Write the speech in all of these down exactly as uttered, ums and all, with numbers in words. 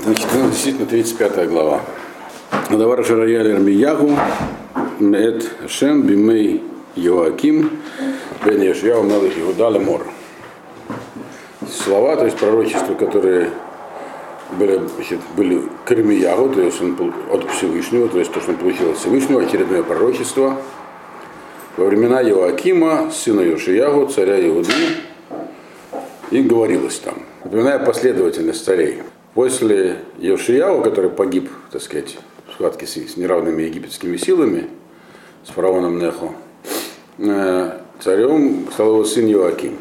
Значит, ну, действительно, тридцать пятая глава. Надавар Шараяль Ирмиягу, Меэт Шем, Бимей Йоаким, Бен Яшьяу Мелech Иуда Лемор. Слова, то есть пророчества, которые были, значит, были к Ирмиягу, то есть он от Всевышнего, то есть то, что он получил от Всевышнего, очередное пророчество. Во времена Йоакима, сына Йошиягу, царя Иуды, и говорилось там, напоминая последовательность царей. После Йошиягу, который погиб, так сказать, в схватке с, с неравными египетскими силами, с фараоном Нехо, э, царем стал его сын Йоаким.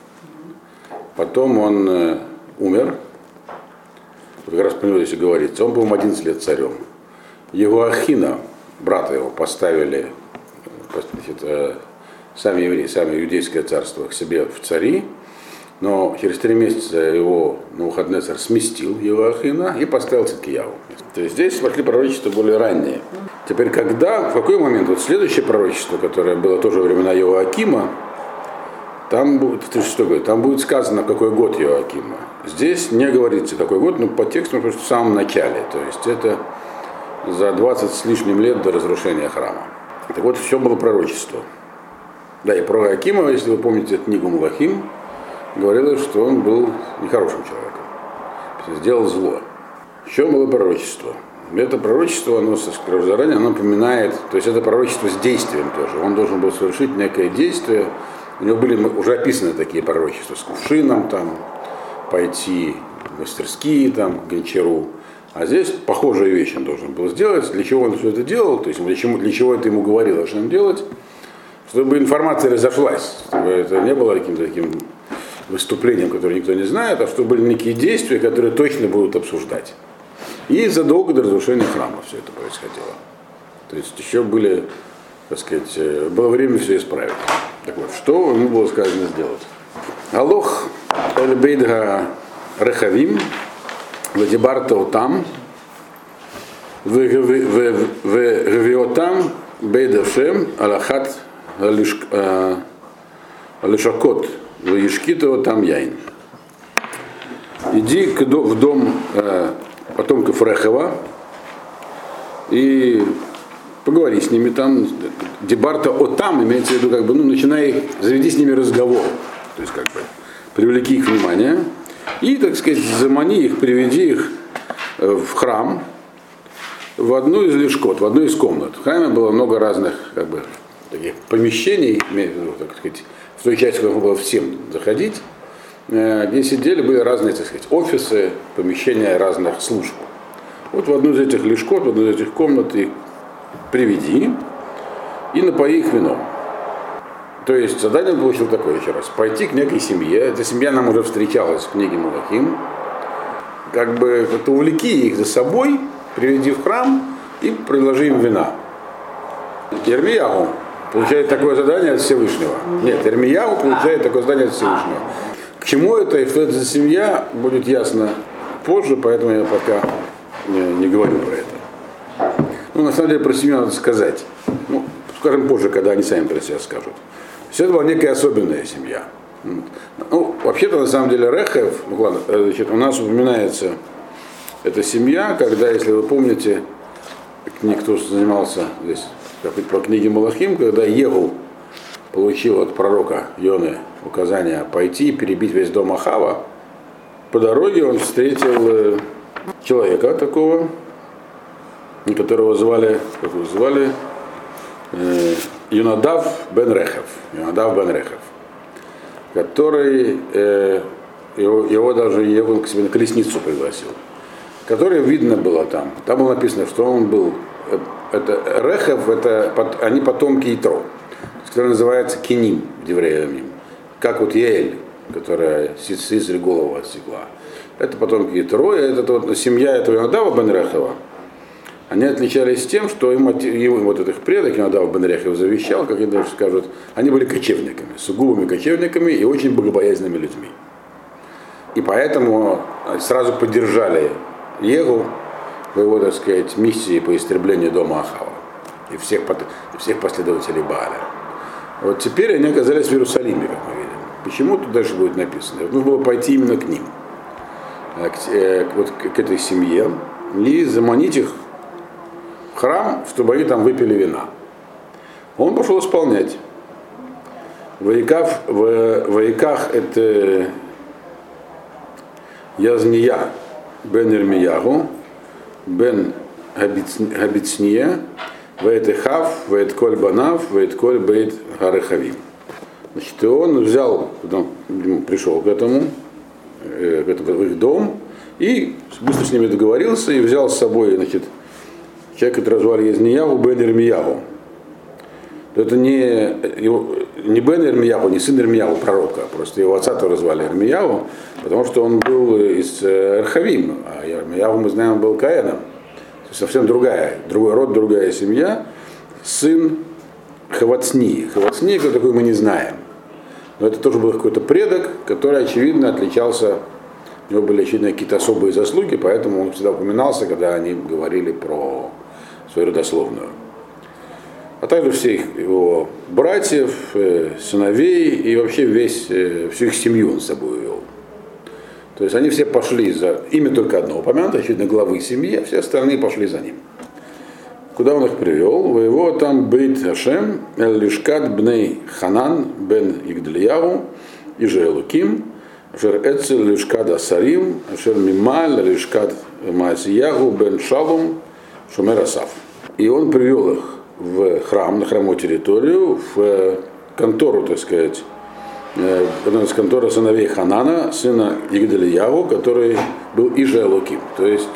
Потом он э, умер, вот как раз по нему здесь и говорится, он был одиннадцать лет царем. Йеhoахина, брата его, поставили, значит, э, сами евреи, сами иудейское царство к себе в цари, но через три месяца его Навуходоносор сместил Йеhoахина и поставил Циткияу. То есть здесь пошли пророчества более ранние. Теперь когда, в какой момент, вот следующее пророчество, которое было тоже во времена Йоакима, там будет, что говорит, там будет сказано, какой год Йоакима. Здесь не говорится, какой год, но по тексту просто в самом начале. То есть это за двадцать с лишним лет до разрушения храма. Так вот, все было пророчество. Да, и про Йоакима, если вы помните книгу Мелахим, говорилось, что он был нехорошим человеком, сделал зло. Еще было пророчество. Это пророчество, оно, скажу заранее, оно напоминает, то есть это пророчество с действием тоже. Он должен был совершить некое действие. У него были уже описаны такие пророчества с кувшином, там, пойти в мастерские, там, к гончару. А здесь похожую вещь он должен был сделать. Для чего он все это делал, то есть для чего, для чего это ему говорило, что он делать, чтобы информация разошлась, чтобы это не было каким-то таким выступлением, которое никто не знает, а чтобы были некие действия, которые точно будут обсуждать. И задолго до разрушения храма все это происходило. То есть еще были, так сказать, было время все исправить. Так вот, что ему было сказано сделать? Алох эль-бейдга рехавим, вадибарта там, вегавиотам бейдашем, алахат алишакот, вешкитова там яин. Иди в дом э, потомков Рехава и поговори с ними там. Дебарта о там, имеется в виду, как бы, ну, начинай, заведи с ними разговор. То есть, как бы, привлеки их внимание и, так сказать, замани их, приведи их в храм, в одну из лишкот, в одну из комнат. В храме было много разных, как бы, таких помещений, так сказать, в той части, куда было всем заходить, где сидели, были разные, так сказать, офисы, помещения разных служб. Вот в одну из этих лишкот, в одну из этих комнат их приведи и напои их вином. То есть задание он получил такое еще раз. Пойти к некой семье. Эта семья нам уже встречалась в книге Мелахим. Как бы это увлеки их за собой, приведи в храм и предложи им вина. Ирмиягу получает такое задание от Всевышнего. Нет, Ирмиягу получает такое задание от Всевышнего. К чему это и что это за семья, будет ясно позже, поэтому я пока не, не говорю про это. Ну, на самом деле, про семью надо сказать. Ну, скажем позже, когда они сами про себя скажут. То есть это была некая особенная семья. Ну, вообще-то, на самом деле, Рехав, ну ладно, значит, у нас упоминается эта семья, когда, если вы помните, кто занимался здесь про книги Мелахим, когда Егу получил от пророка Йоны указание пойти и перебить весь дом Ахава, по дороге он встретил человека такого, которого звали, как его звали, э, Юнадав бен Рехав, Юнадав бен Рехав, который э, его, его даже его к себе на колесницу пригласил, который видно было там. Там было написано, что он был, э, это Рехав, это они потомки Итро, который называется Киним в Девреямим, как вот Яэль, которая Сициль голову отсекла. Это потомки Итро, это вот семья этого Юнадава бен Рехава. Они отличались тем, что им, им вот этих предок, Юнадав бен Рехав завещал, как они даже скажут, они были кочевниками, сугубыми кочевниками и очень богобоязненными людьми. И поэтому сразу поддержали Егу в его, так сказать, миссии по истреблению дома Ахава и всех, и всех последователей Бааля. Вот теперь они оказались в Иерусалиме, как мы видим. Почему тут дальше будет написано? Нужно было пойти именно к ним. к, вот, к этой семье и заманить их в храм, чтобы они там выпили вина. Он пошел исполнять. В Ваиках, в Ваиках это Язния бен Ирмиягу, бен Габицния, Ваэт Эхав, Ваэт Коль Банав, Ваэт Коль Бейт Гарехавим. Значит, и он взял, потом, пришел к этому, к этому, в их дом, и быстро с ними договорился, и взял с собой, значит, человека, который звали Язниягу бен Ирмиягу. Это не, его, не Бен Ирмиягу, не сын Ирмиягу, пророка, просто его отца тоже звали Ирмиягу, потому что он был из Эрхавим, а Ирмиягу, мы знаем, был Каэном. Совсем другая, другой род, другая семья, сын Хавацни. Хавацни, кто такой, мы не знаем. Но это тоже был какой-то предок, который, очевидно, отличался, у него были, очевидно, какие-то особые заслуги, поэтому он всегда упоминался, когда они говорили про свою родословную. А также всех его братьев, сыновей и вообще весь, всю их семью он с собой вел. То есть они все пошли за... Имя только одно упомянуто, очевидно, главы семьи, а все остальные пошли за ним. Куда он их привел? Его там Бейт Хашем, Эль-Лишкат Бней Ханан бен Игдальяву, Иже Элуким, Ашер Эцель Лишкат Асарим, Ашер Мималь Лишкат Маасиягу бен Шалум, Шумер Асав. И он привел их в храм, на храмовую территорию, в контору, так сказать, одна из контор сыновей Ханана, сына Игдальяву, который был Иже Элуким, то есть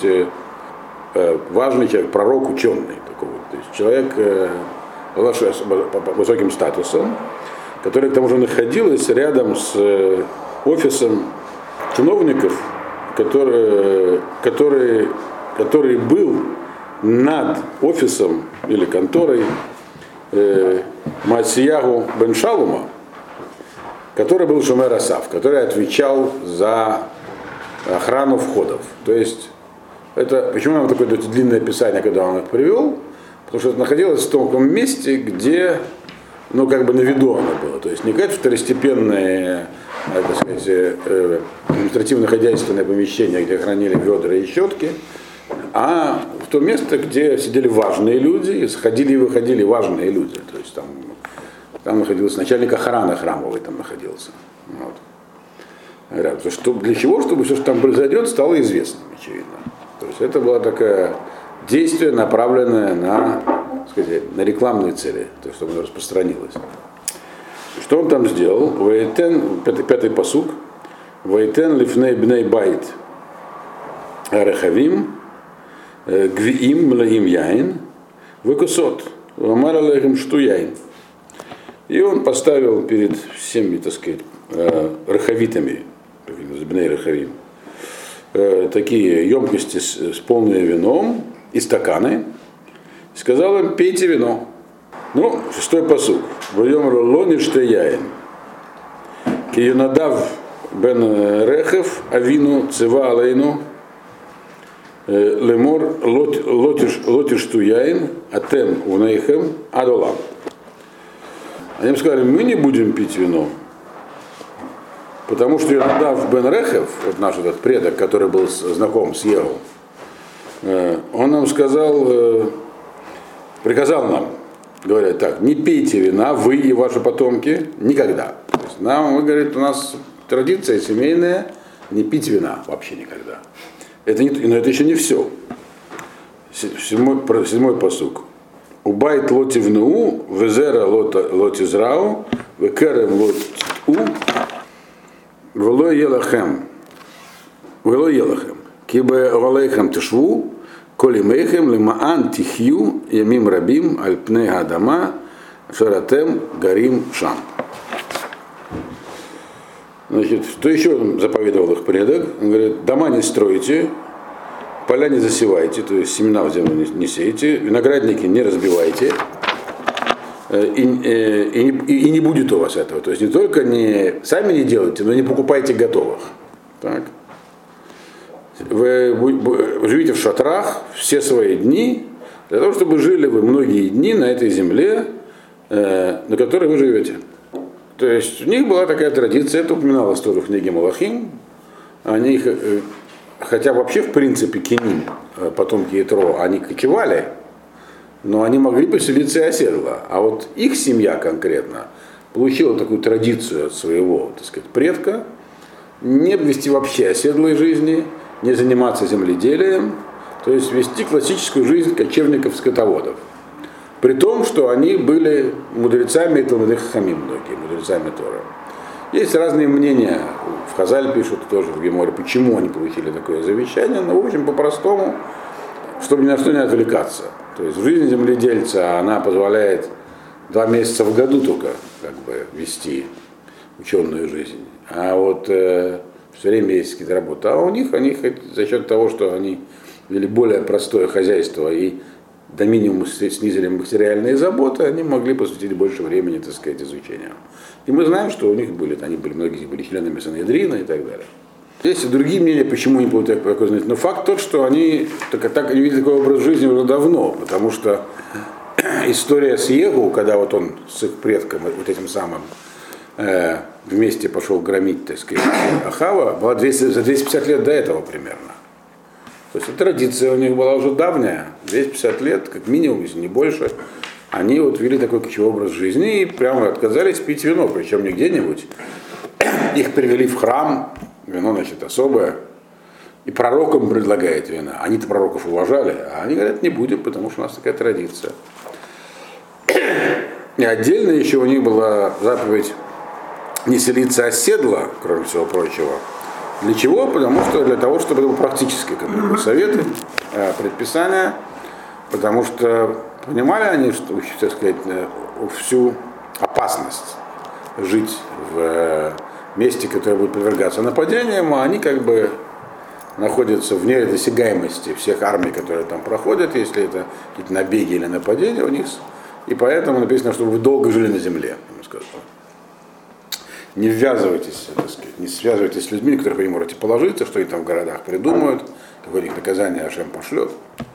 важный человек, пророк, ученый такой. То есть человек э, с высоким статусом, который к тому же находился рядом с э, офисом чиновников, который, который, который был над офисом или конторой э, Маасиягу бен Шалума, который был Шумер Асав, который отвечал за охрану входов. То есть это, почему нам такое длинное описание, когда он их привел? Потому что это находилось в том месте, где, ну, как бы на виду оно было. То есть не какое-то второстепенное, так сказать, административно-хозяйственное помещение, где хранили ведра и щетки, а в то место, где сидели важные люди, и заходили и выходили важные люди. То есть там, там находился начальник охраны храмовой, там находился. Вот. Что, для чего? Чтобы все, что там произойдет, стало известным, очевидно. То есть это было такое действие, направленное на, сказать, на рекламные цели, то есть чтобы оно распространилось. Что он там сделал? Ваитен, пятый, пятый пасук. Ваитен лифней бней байт арехавим гвиим млаим яин выкусот вамар алейхим шту яин. И он поставил перед всеми, так сказать, рахавитами, бней рахавим, такие емкости с, с полным вином и стаканы. И сказал им: пейте вино. Ну, шестой пасук. Вайомру лони штеяин. Киюнадав бен Рехев авину цива алейну лемор лотиш туяин атем унейхем адолам. Они им сказали: мы не будем пить вино, потому что Юнадав бен Рехев, вот наш этот предок, который был знаком с Егу, он нам сказал, приказал нам, говорят так: не пейте вина, вы и ваши потомки, никогда. То есть нам, он говорит, у нас традиция семейная не пить вина вообще никогда. Это не, но это еще не все. Седьмой, седьмой пасук. Убайт лоти внуу, везера лоти зрау, векерем лот у, вело елахем, вело елахем, кибе валейхем тишву, коли мейхем лимаан тихью, ямим рабим, альпней гадама, шаратем гарим шам. Значит, что еще заповедовал их предок? Он говорит: дома не стройте, поля не засевайте, то есть семена в землю не, не сейте, виноградники не разбивайте, и, и, и, и не будет у вас этого. То есть не только не, сами не делайте, но не покупайте готовых. Так. Вы, вы, вы живите в шатрах все свои дни, для того, чтобы жили вы многие дни на этой земле, э, на которой вы живете. То есть у них была такая традиция, это упоминалось тоже в книге Малахим, они их, хотя вообще, в принципе, Киним, потомки Итро, они кочевали, но они могли поселиться и оседло. А вот их семья конкретно получила такую традицию от своего, так сказать, предка не вести вообще оседлой жизни, не заниматься земледелием, то есть вести классическую жизнь кочевников-скотоводов. При том, что они были мудрецами и Талмидей Хахамим, многие мудрецами Торы. Есть разные мнения, в Хазаль пишут тоже в Геморе, почему они получили такое завещание, но в общем по-простому, чтобы ни на что не отвлекаться. То есть жизнь земледельца, она позволяет два месяца в году только как бы вести ученую жизнь. А вот э, все время есть какие-то работы. А у них, они за счет того, что они вели более простое хозяйство и до минимума снизили материальные заботы, они могли посвятить больше времени, так сказать, изучению. И мы знаем, что у них были, они были, многие были членами Санедрина и так далее. Есть и другие мнения, почему они получили такое знание. Но факт тот, что они так, так они видели такой образ жизни уже давно, потому что история с Егу, когда вот он с их предком, вот этим самым, э, вместе пошел громить, так сказать, Ахава, была двести, за двести пятьдесят лет до этого примерно. То есть традиция у них была уже давняя, двести пятьдесят лет, как минимум, если не больше. Они вот вели такой кочевой образ жизни и прямо отказались пить вино, причем не где-нибудь. Их привели в храм, вино, значит, особое, и пророкам предлагает вина. Они-то пророков уважали, а они говорят, не будем, потому что у нас такая традиция. И отдельно еще у них была заповедь не селиться оседло, кроме всего прочего. Для чего? Потому что для того, чтобы это было практические как бы, советы, предписания, потому что понимали они, что, так сказать, всю опасность жить в месте, которое будет подвергаться нападениям, а они как бы находятся вне досягаемости всех армий, которые там проходят, если это какие-то набеги или нападения у них. И поэтому написано, чтобы вы долго жили на земле, ему сказал. Не ввязывайтесь, так сказать, не связывайтесь с людьми, на которых вы не можете положиться, что они там в городах придумают, какое у них наказание Ашем пошлет.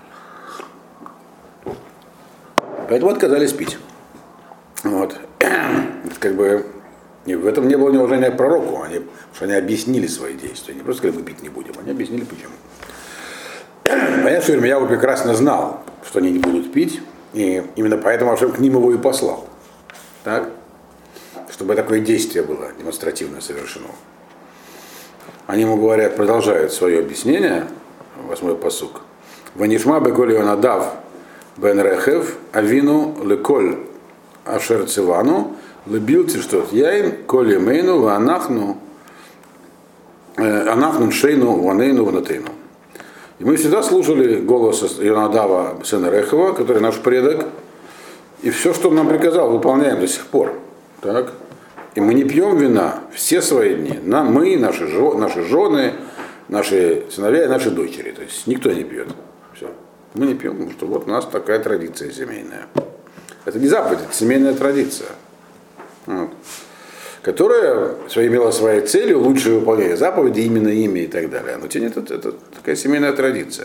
Поэтому отказались пить. Вот. Как бы и в этом не было неуважения к пророку, они, потому что они объяснили свои действия. Не просто сказали, мы пить не будем, они объяснили почему. Понятно, что Ирмияу прекрасно знал, что они не будут пить, и именно поэтому Ашем к ним его и послал. Так? Чтобы такое действие было демонстративно совершено. Они ему говорят, продолжают свое объяснение, восьмой пасук. Ванишма беколь Йонадав бен Рехев авину леколь ашер цивану лебилти что яин коль емейну ванахну анахну шейну ванейну ванатейну. И мы всегда слушали голос Йонадава сына Рехева, который наш предок, и все, что он нам приказал, выполняем до сих пор. Так? И мы не пьем вина все свои дни. Нам, мы, наши, наши жены, наши сыновья и наши дочери. То есть никто не пьет. Все. Мы не пьем, потому что вот у нас такая традиция семейная. Это не заповедь, это семейная традиция. Вот. Которая имела своей целью лучшее выполнение заповеди, именно ими и так далее. Но тем не менее, это, это такая семейная традиция.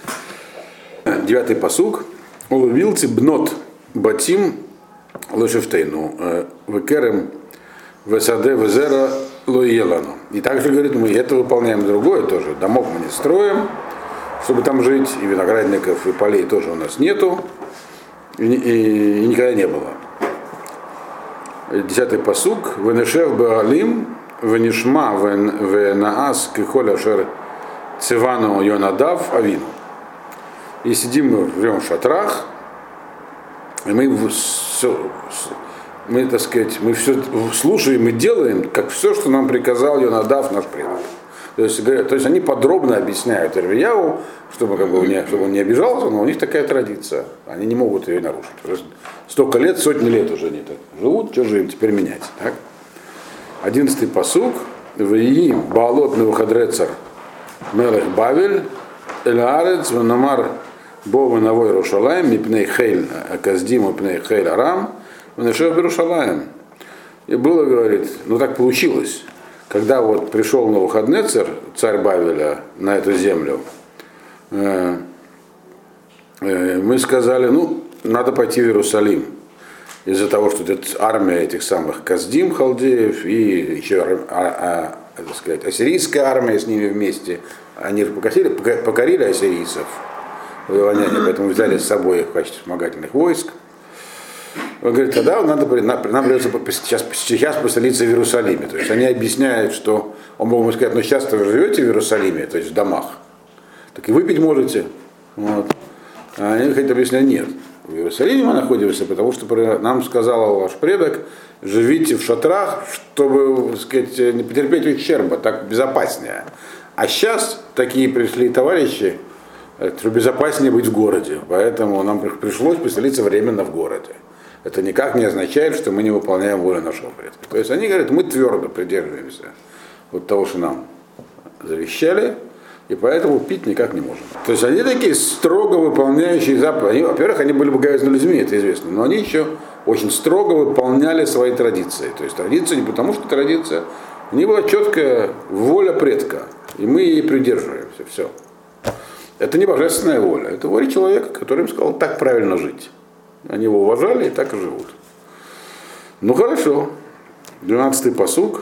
Девятый пасук. Уловилцы бнот батим лошефтейну векерем весаде везера лоелану. И также говорит, мы это выполняем другое тоже. Домов мы не строим, чтобы там жить, и виноградников, и полей тоже у нас нету, и, и, и никогда не было. Десятый пасук. Венешев беалим венишма венаас кихоль ашер цивану йонадав авину. И сидим мы в шатрах, и мы все, мы, так сказать, мы все слушаем и делаем, как все, что нам приказал Йонадав, наш предок. То есть, то есть они подробно объясняют Ирмияу, чтобы, как бы, не, чтобы он не обижался, но у них такая традиция. Они не могут ее нарушить. Уже столько лет, сотни лет уже они так живут, что же им теперь менять? Так? Одиннадцатый пасук. Вии Баалот Навуходоносор Мелех Бавель Элаарец Ванамар Бова Навой Рушалаем Мипней Хейль Каздим Мипней Хейль Арам Ванешев Берушалаем. И было, говорит, ну так получилось. Когда вот пришел Навуходоносор, царь Бавеля, на эту землю, э, э, мы сказали, ну, надо пойти в Иерусалим. Из-за того, что тут армия этих самых Каздим, халдеев, и еще а, а, так сказать, ассирийская армия с ними вместе, они покорили, покорили ассирийцев, вавилоняне, поэтому взяли с собой их в качестве вспомогательных войск. Он говорит, тогда надо, нам придется сейчас, сейчас поселиться в Иерусалиме. То есть они объясняют, что, он мог бы сказать, ну сейчас вы живете в Иерусалиме, то есть в домах, так и выпить можете. Вот. А они хотят объяснять, нет. В Иерусалиме мы находимся, потому что нам сказал ваш предок, живите в шатрах, чтобы, так сказать, не потерпеть ущерба, так безопаснее. А сейчас такие пришли товарищи, что безопаснее быть в городе, поэтому нам пришлось поселиться временно в городе. Это никак не означает, что мы не выполняем волю нашего предка. То есть они говорят, мы твердо придерживаемся вот того, что нам завещали, и поэтому пить никак не можем. То есть они такие строго выполняющие заповеди. Во-первых, они были богоизбранными людьми, это известно, но они еще очень строго выполняли свои традиции. То есть традиция не потому, что традиция, у них была четкая воля предка, и мы ей придерживаемся. Все. Это не божественная воля, это воля человека, который им сказал, так правильно жить. Они его уважали и так и живут. Ну хорошо. двенадцатый пасук.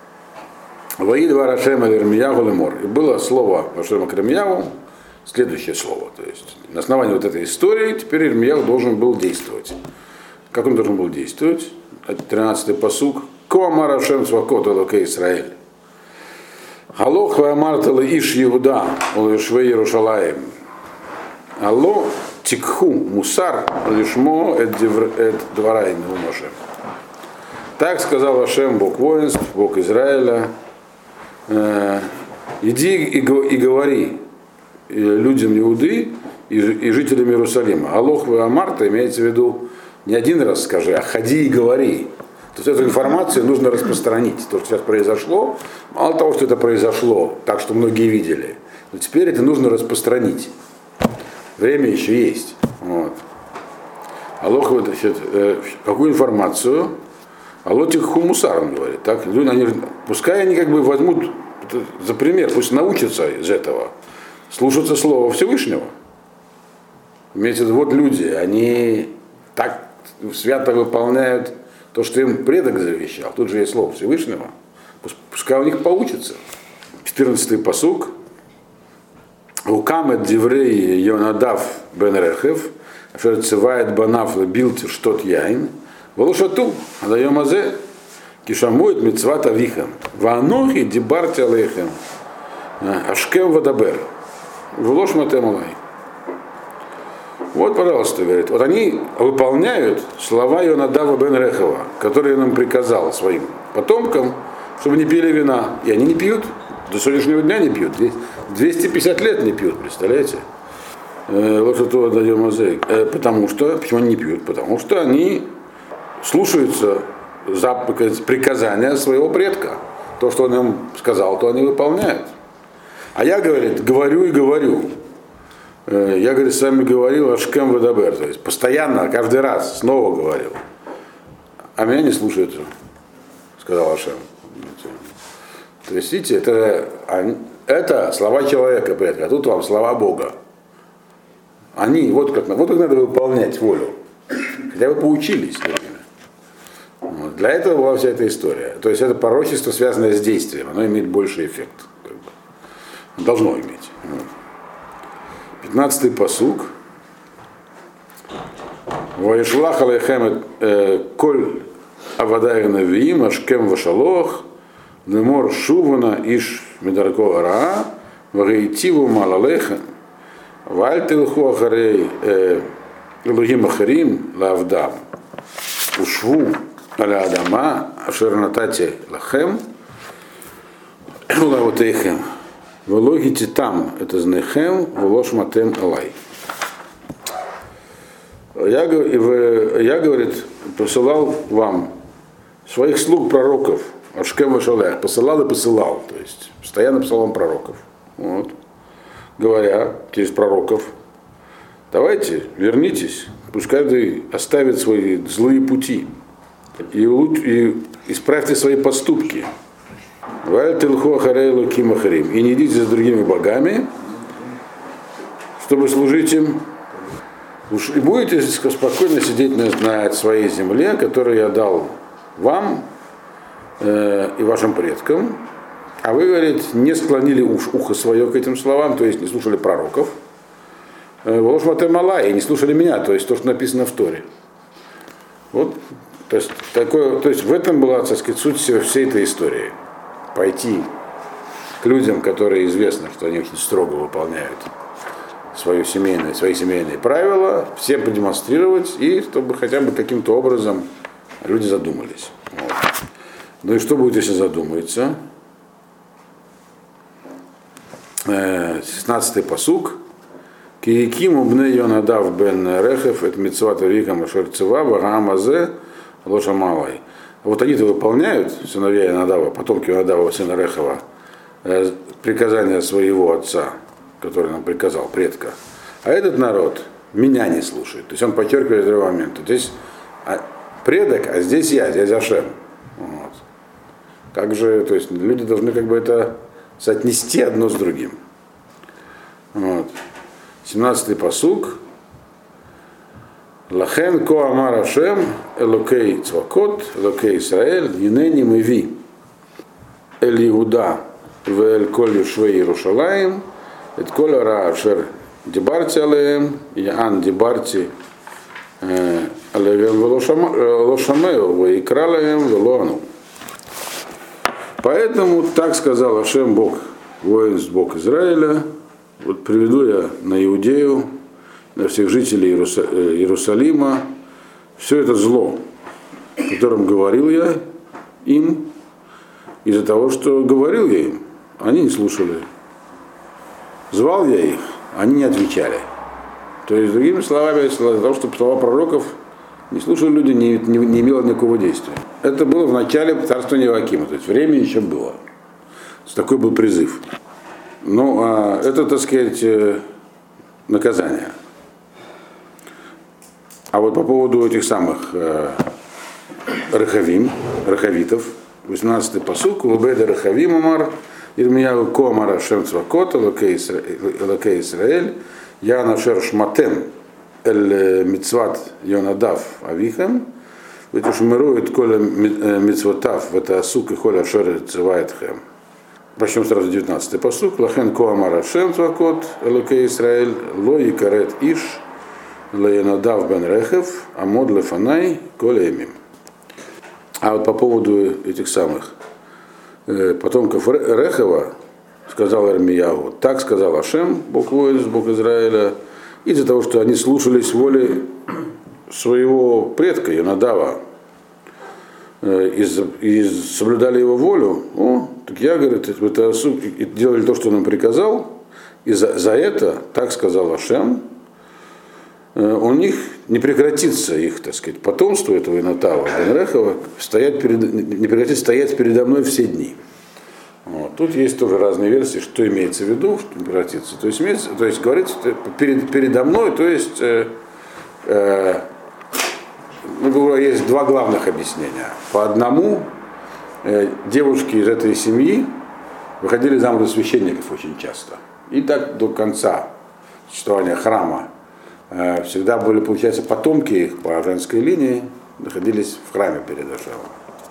Ваид варашем Ирмиягу лемор. И было слово Вашема к Ирмиягу, следующее слово. То есть на основании вот этой истории теперь Ирмияг должен был действовать. Как он должен был действовать? тринадцатый пасук. Коамар Ашем Цвакот Элокей Исраэль. Алло хвамартала иш Иуда, улешвей Иерушалаем. Алло тикху мусар, лишмо эт дварай Моше. Так сказал Ашем, Бог воинств, Бог Израиля. Э, иди и, и говори людям Иуды и, и жителям Иерусалима. Аллох вы Амарта имеется в виду не один раз скажи, а ходи и говори. То есть эту информацию нужно распространить. То, что сейчас произошло, мало того, что это произошло, так что многие видели, но теперь это нужно распространить. Время еще есть. Вот. Аллох, значит, э, какую информацию? Аллотих хумусар, он говорит. Так, люди, они, пускай они как бы возьмут за пример, пусть научатся из этого слушаться слова Всевышнего. Имеется в виду, вот люди, они так свято выполняют то, что им предок завещал. Тут же есть слово Всевышнего. Пускай у них получится. четырнадцатый пасук. Укамет диврей Йонадав бен Рехев, ашер цевает банав билти штот яин, волошату, адаем азе, кишамует митцват авихам, ваанохи дибарти алейхем, ашкем вадабер, волош матем алай. Вот, пожалуйста, говорит, вот они выполняют слова Йонадава бен Рехева, которые он им приказал своим потомкам, чтобы не пили вина, и они не пьют. До сегодняшнего дня не пьют. двести пятьдесят лет не пьют, представляете? Потому что, почему они не пьют? Потому что они слушаются приказания своего предка. То, что он им сказал, то они выполняют. А я, говорит, говорю и говорю. Я, говорит, с вами говорил Ашкем Вадабер. То есть постоянно, каждый раз, снова говорил. А меня не слушают, сказал Ашем. То есть, видите, это, это слова человека, предка, а тут вам слова Бога. Они, вот как, вот как надо выполнять волю. Хотя вы поучились. Вот. Для этого была вся эта история. То есть это пророчество, связанное с действием, оно имеет больший эффект. Как бы. Должно иметь. Пятнадцатый пасук. Ваишлах алейхем коль авадай навиим ашкем вашалох Немор шувана иш медарко ара, варейтиву малалеха, вальтилху ахарей элогим ахарим лавдам, ушву аля адама, ашернатате лахем, лавотейхем, вологите там, это знехем, волош матем алай. Я, я, говорит, посылал вам своих слуг пророков, Ашкем Вашалех, посылал и посылал, то есть постоянно посылал вам пророков. Вот. Говоря через пророков, давайте, вернитесь, пусть каждый оставит свои злые пути и, и исправьте свои поступки. И не идите за другими богами, чтобы служить им. И будете спокойно сидеть на, на своей земле, которую я дал вам и вашим предкам, А вы, говорит, не склонили уш, ухо свое к этим словам, то есть не слушали пророков. Волош Ватемала, и не слушали меня, то есть то, что написано в Торе. Вот, то есть, такое, то есть в этом была, так сказать, суть всей этой истории. Пойти к людям, которые известно, что они очень строго выполняют свое семейное, свои семейные правила, всем продемонстрировать, и чтобы хотя бы каким-то образом люди задумались. Вот. Ну и что будет, если задумаются? шестнадцатый пасук. Киеким убне Йонадав бен Рехев, это митцват Викам Шерцева, Вагаамазе, Лошамалай. Вот они-то выполняют, сыновья Йонадава, потомки Йонадава, сына Рехова, приказания своего отца, который нам приказал, предка. А этот народ меня не слушает. То есть он подчеркивает этот момент. Здесь предок, а здесь я, здесь Ашем. Вот. Как же, то есть люди должны как бы это соотнести одно с другим. Вот. семнадцатый пасук. Лахен ко амар Ашем, элокей цвакот, элокей Исраэль, енени меви, эль Иуда, вэль коль юшвей Иерушалаим, эт коль ара ашер дибарти алеем, яан дибарти алевем велошамеу, вэйкра лаем велоану. Поэтому так сказал Ашем, Бог, воинств, Бог Израиля. Вот приведу я на Иудею, на всех жителей Иерусалима, все это зло, о котором говорил я им, из-за того, что говорил я им, они не слушали. Звал я их, они не отвечали. То есть, другими словами, из-за того, что слова пророков не слушали люди, не, не, не имело никакого действия. Это было в начале царствования Иоакима, то есть время еще было. Такой был призыв. Ну, а это, так сказать, наказание. А вот по поводу этих самых э, рахавим, рахавитов, восемнадцатый пасук, Лубеда рахавим амар, Ирмияу комара шем цвакот, Элокей Исраэль, я нашер шматем, эль мицват Йонадав авихем, ветушмирует коля мицватав, это асук и холя шер цвайтхем. Начнем сразу девятнадцатый пасук. Лахен коамара шем цвакот, Элокей Исраэль, ло икарет иш, леенадав бен Рехев, амод лефанай, коля имим. А вот по поводу этих самых э, потомков Рехева, сказал Ирмияу, так сказал Ашем, Бог воинств, Бог Израиля, из-за того, что они слушались воли своего предка Йонадава, и, и соблюдали его волю, о, так я, говорит, это, и делали то, что он им приказал, и за, за это, так сказал Ашем, у них не прекратится их, так сказать, потомство этого Йонадава, бен Рехова, стоять перед, не прекратится стоять передо мной все дни. Вот. Тут есть тоже разные версии, что имеется в виду, что не прекратится. То есть, имеется, то есть говорится перед, передо мной, то есть э, э, ну, есть два главных объяснения. По одному, э, девушки из этой семьи выходили замуж за священников очень часто. И так до конца существования храма э, всегда были, получается, потомки их по женской линии находились в храме перед Ашемом.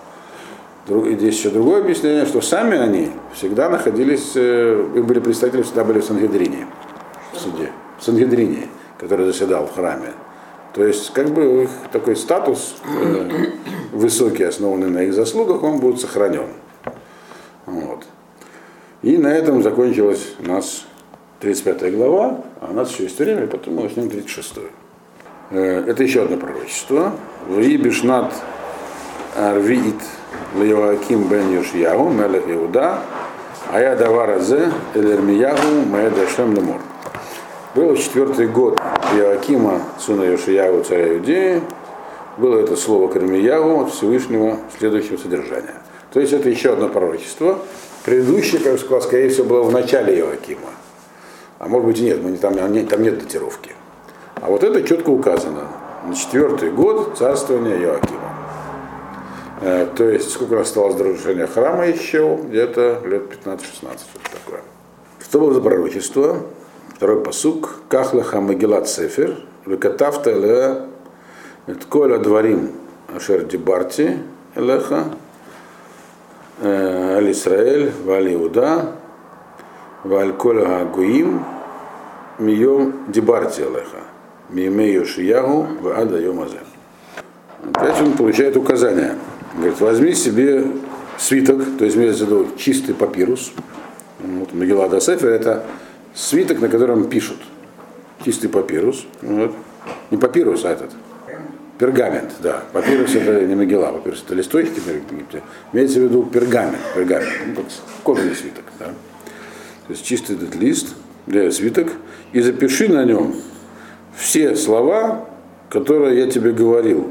И здесь еще другое объяснение, что сами они всегда находились, их были представители, всегда были в Сангедрине, в суде, в Сангедрине, который заседал в храме. То есть, как бы их такой статус э, высокий, основанный на их заслугах, он будет сохранен. Вот. И на этом закончилась у нас тридцать пятая глава, а у нас еще есть время, и потом мы начнем тридцать шестую. Э, это еще одно пророчество. «Ваи бишнат арвиит Леоаким бен Йошияу, мелех Иуда, а я давара зе, эль-Ирмияу, маэдашем лемор». Было в четвертый год Иоакима, сына Йошияу, царя Иудеи, было это слово к Ирмияу от Всевышнего следующего содержания. То есть это еще одно пророчество. Предыдущее, как я сказал, скорее всего, было в начале Иоакима. А может быть и нет, мы там, там нет датировки. А вот это четко указано. На четвертый год царствования Иоакима. То есть, сколько осталось до разрушения храма еще? Где-то лет пятнадцать-шестнадцать, что-то такое. Что было за пророчество? Второй пасук. Кахлаха Магилат Сефер, Векатавта Элеа, Этколя Дворим Ашер Дибарти Элеха, Аль Исраэль, Валь Иуда, Валь Коля Гуим, Мием Дибарти Алеха, Миеме Йошиягу, Ваада Йомазе. Опять он получает указание. Говорит, возьми себе свиток, то есть имеется в виду чистый папирус. Вот, Мегилат а-Сефер — это свиток, на котором пишут. Чистый папирус. Вот. Не папирус, а этот. Пергамент, да. Папирус — это не Мегила, папирус — это листочки. Имеется в виду пергамент. Пергамент. Ну, как кожаный свиток. Да. То есть чистый этот лист, для свиток, и запиши на нем все слова, которые я тебе говорил.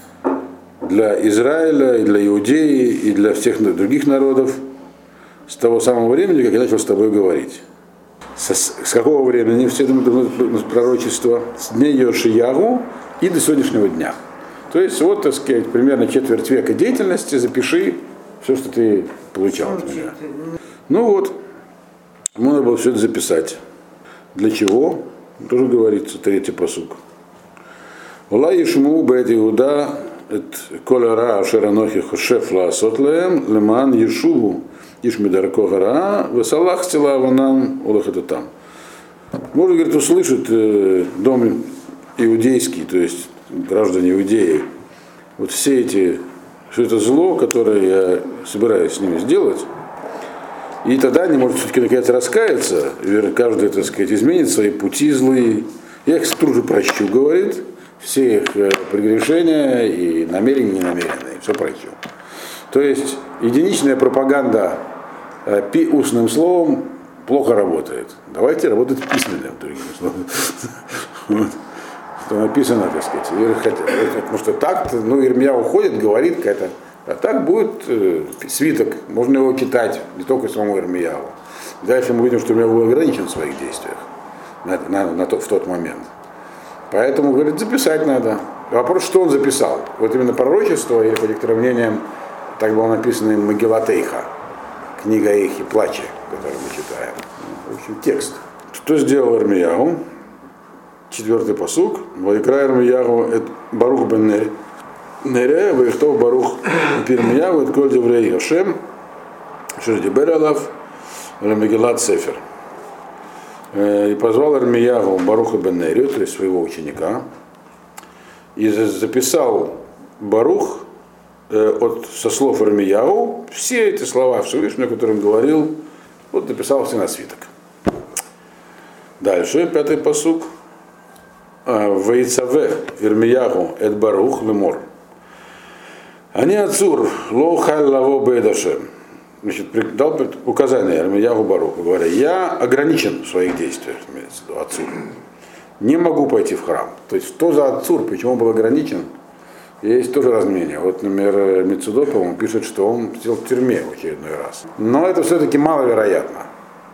Для Израиля, и для Иудеи, и для всех других народов с того самого времени, как я начал с тобой говорить. С, с какого времени все это пророчество? С дня Йошиягу и до сегодняшнего дня. То есть вот, так сказать, примерно четверть века деятельности, запиши все, что ты получал от меня. Ну вот, надо было все это записать. Для чего? Тоже говорится, третий пасук. Ула Ишму бет Иуда את כל הרע אשר אנוכי חושב לעשות להם, למען ישובו איש מדרכו הרעה, וסלחתי לעוונם ולחטאתם. Может, говорит, услышит э, дом иудейский, то есть граждане Иудеи, вот все эти, все это зло, которое я собираюсь с ними сделать, и тогда они, может, все-таки наконец раскаяться, и каждый, так сказать, изменит свои пути злые. Я их тут же прощу, говорит, все их прегрешения и намерения, и ненамеренные, все прощу. То есть единичная пропаганда пи устным словом плохо работает. Давайте работать письменным, другими словами. Вот. Что написано, так сказать. Потому что так, ну, Ирмия уходит, говорит какая-то. А так будет э, свиток, можно его читать, не только самому Ирмияу. Дальше мы видим, что Ирмия был ограничен в своих действиях на, на, на то, в тот момент. Поэтому, говорит, записать надо. Вопрос, что он записал? Вот именно пророчество, или по некоторым мнениям, так было написано им Мегилат Эйха, книга Эйхи, плача, которую мы читаем. В общем, текст. Что сделал Ирмияу? Четвертый пасук. Вайкра Ирмияу эт Барух бен Нере, вайхтов Барух Ирмияу эт коль деврей Хашем, шер дибер алав, Мегилат Сефер. И позвал Ирмияу Баруха бен Нерию, то есть своего ученика, и записал Барух э, от, со слов Ирмияу все эти слова Всевышнего, о которых он говорил, вот написал все на свиток. Дальше, пятый пасук. Вейцаве Ирмияу эт Барух лемор. Они отцур ло халь лаво бейдашем. Значит, дал указание Ирмияу Баруху, говоря, я ограничен в своих действиях, имеется в виду, отцур. Не могу пойти в храм. То есть, что за отцур, почему он был ограничен, есть тоже размнение. Вот, например, Мецудот, по-моему, пишет, что он сидел в тюрьме в очередной раз. Но это все-таки маловероятно.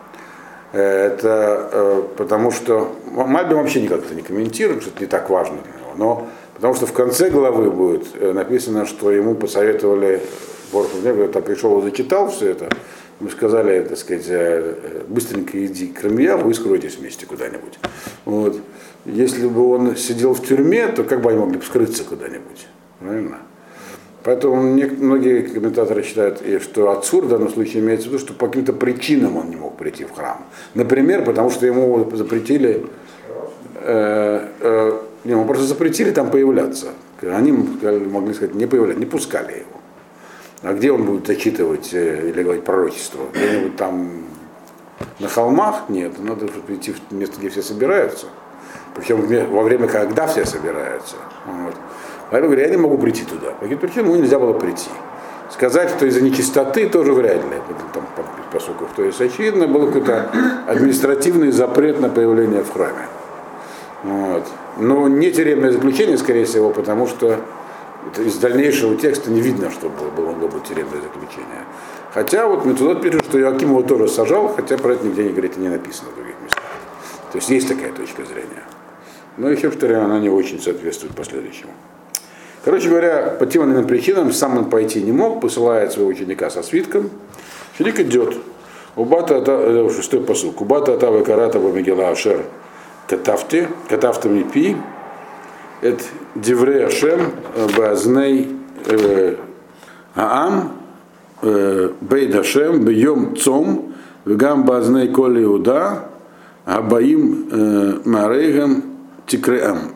Это э, потому что Мальбим вообще никак это не комментирует, что это не так важно для него. Но потому что в конце главы будет э, написано, что ему посоветовали, я пришел и зачитал все это, мы сказали, так сказать, быстренько иди к Ирмияу и скройтесь вместе куда-нибудь. Вот. Если бы он сидел в тюрьме, то как бы они могли бы скрыться куда-нибудь. Правильно? Поэтому многие комментаторы считают, что отцур в данном случае имеется в виду, что по каким-то причинам он не мог прийти в храм. Например, потому что ему запретили, э, э, не, ему просто запретили там появляться. Они могли сказать, не появляться, не пускали его. А где он будет зачитывать э, или говорить пророчество? Где-нибудь там на холмах? Нет, надо прийти в место, где все собираются. Причем во время, когда все собираются. Вот. Поэтому говорю, я не могу прийти туда. По каким причинам ему нельзя было прийти. Сказать, что из-за нечистоты тоже вряд ли. Там, по сути. То есть, очевидно, был какой-то административный запрет на появление в храме. Вот. Но не тюремное заключение, скорее всего, потому что из дальнейшего текста не видно, что было, могло быть тюремное заключение. Хотя вот Мецудот пишет, что Иоаким его тоже сажал, хотя про это нигде не говорит и не написано в других местах. То есть есть такая точка зрения. Но еще, повторяю, она не очень соответствует последующему. Короче говоря, по тем или иным причинам сам он пойти не мог, посылает своего ученика со свитком. Ученик идет. Убата, шестой посук. Убата атава карата бамигела ашер катафте, катафте мипи, эт диврей ашем базней аам Бейт Хашем бьем цом вегам базней коли иуда габаим марейгам тикреэм.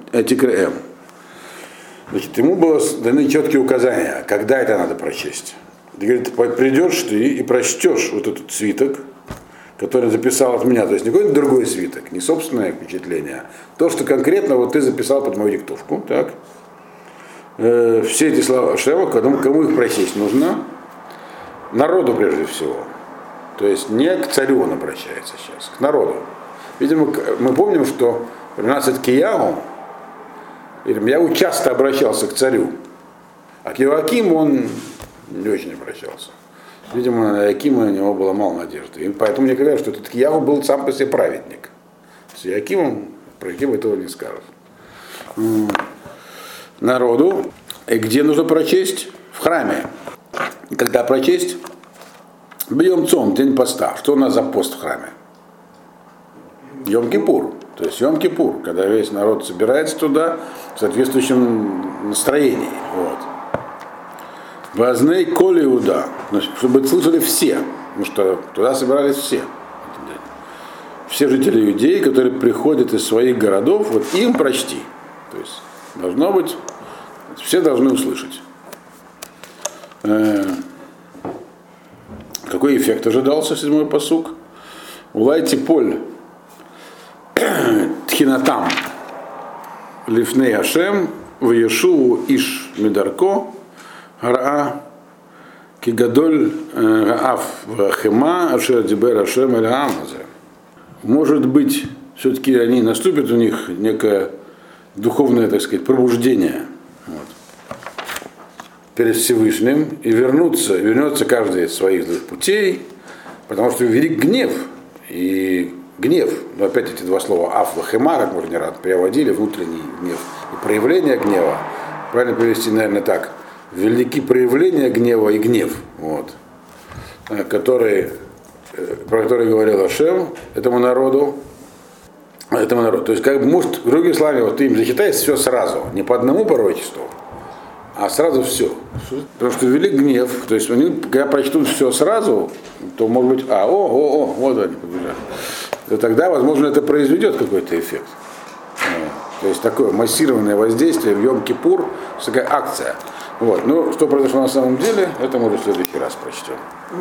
Значит, ему было даны четкие указания, когда это надо прочесть. Ты говорит, придешь ты и прочтешь вот этот свиток, который записал от меня, то есть не какой-то другой свиток, не собственное впечатление, а то, что конкретно вот ты записал под мою диктовку, так? Э, все эти слова Шева, кому, кому их прочесть нужно? Народу прежде всего. То есть не к царю он обращается сейчас, к народу. Видимо, мы помним, что тринадцать Киягу, Ирмияу часто обращался к царю, а к Иоакиму он не очень обращался. Видимо, на Иоакима у него было мало надежды. И поэтому мне говорят, что этот Киягу был сам по себе праведник. С Иоакимом про Иоакима этого не скажут. Народу. И где нужно прочесть? В храме. И когда прочесть? Бьем цом, день поста. Что у нас за пост в храме? Йом-Кипур. То есть Йом-Кипур, когда весь народ собирается туда в соответствующем настроении. Вот. Базней коли иуда, чтобы слышали все, потому что туда собирались все. Все жители Иудеи, которые приходят из своих городов, вот им прочти. То есть должно быть, все должны услышать. Какой эффект ожидался, седьмой пасук? Улайте поль тхинатам лифней Ашем в Ешуву иш медарко гара кигадоль гаав хема ашер дибер Ашем эль амазе. Может быть, все-таки они наступит у них некое духовное, так сказать, пробуждение. Вот. Перед Всевышним и вернуться, вернется каждый из своих злых путей, потому что велик гнев. И гнев, но опять эти два слова аф вахема, как мы уже не раз переводили, внутренний гнев и проявление гнева, правильно перевести, наверное, так, велики проявления гнева и гнев, вот, который, про который говорил Ашем этому народу, этому народу. То есть, как бы, может, другими словами, вот ты им зачитаешь все сразу, не по одному пророчеству, а сразу все. Потому что велик гнев, то есть они, когда прочтут все сразу, то может быть, а, о, о, о, вот они побежали. То тогда, возможно, это произведет какой-то эффект. То есть такое массированное воздействие в Йом-Кипур, такая акция. Вот. Ну, что произошло на самом деле, это мы уже в следующий раз прочтем.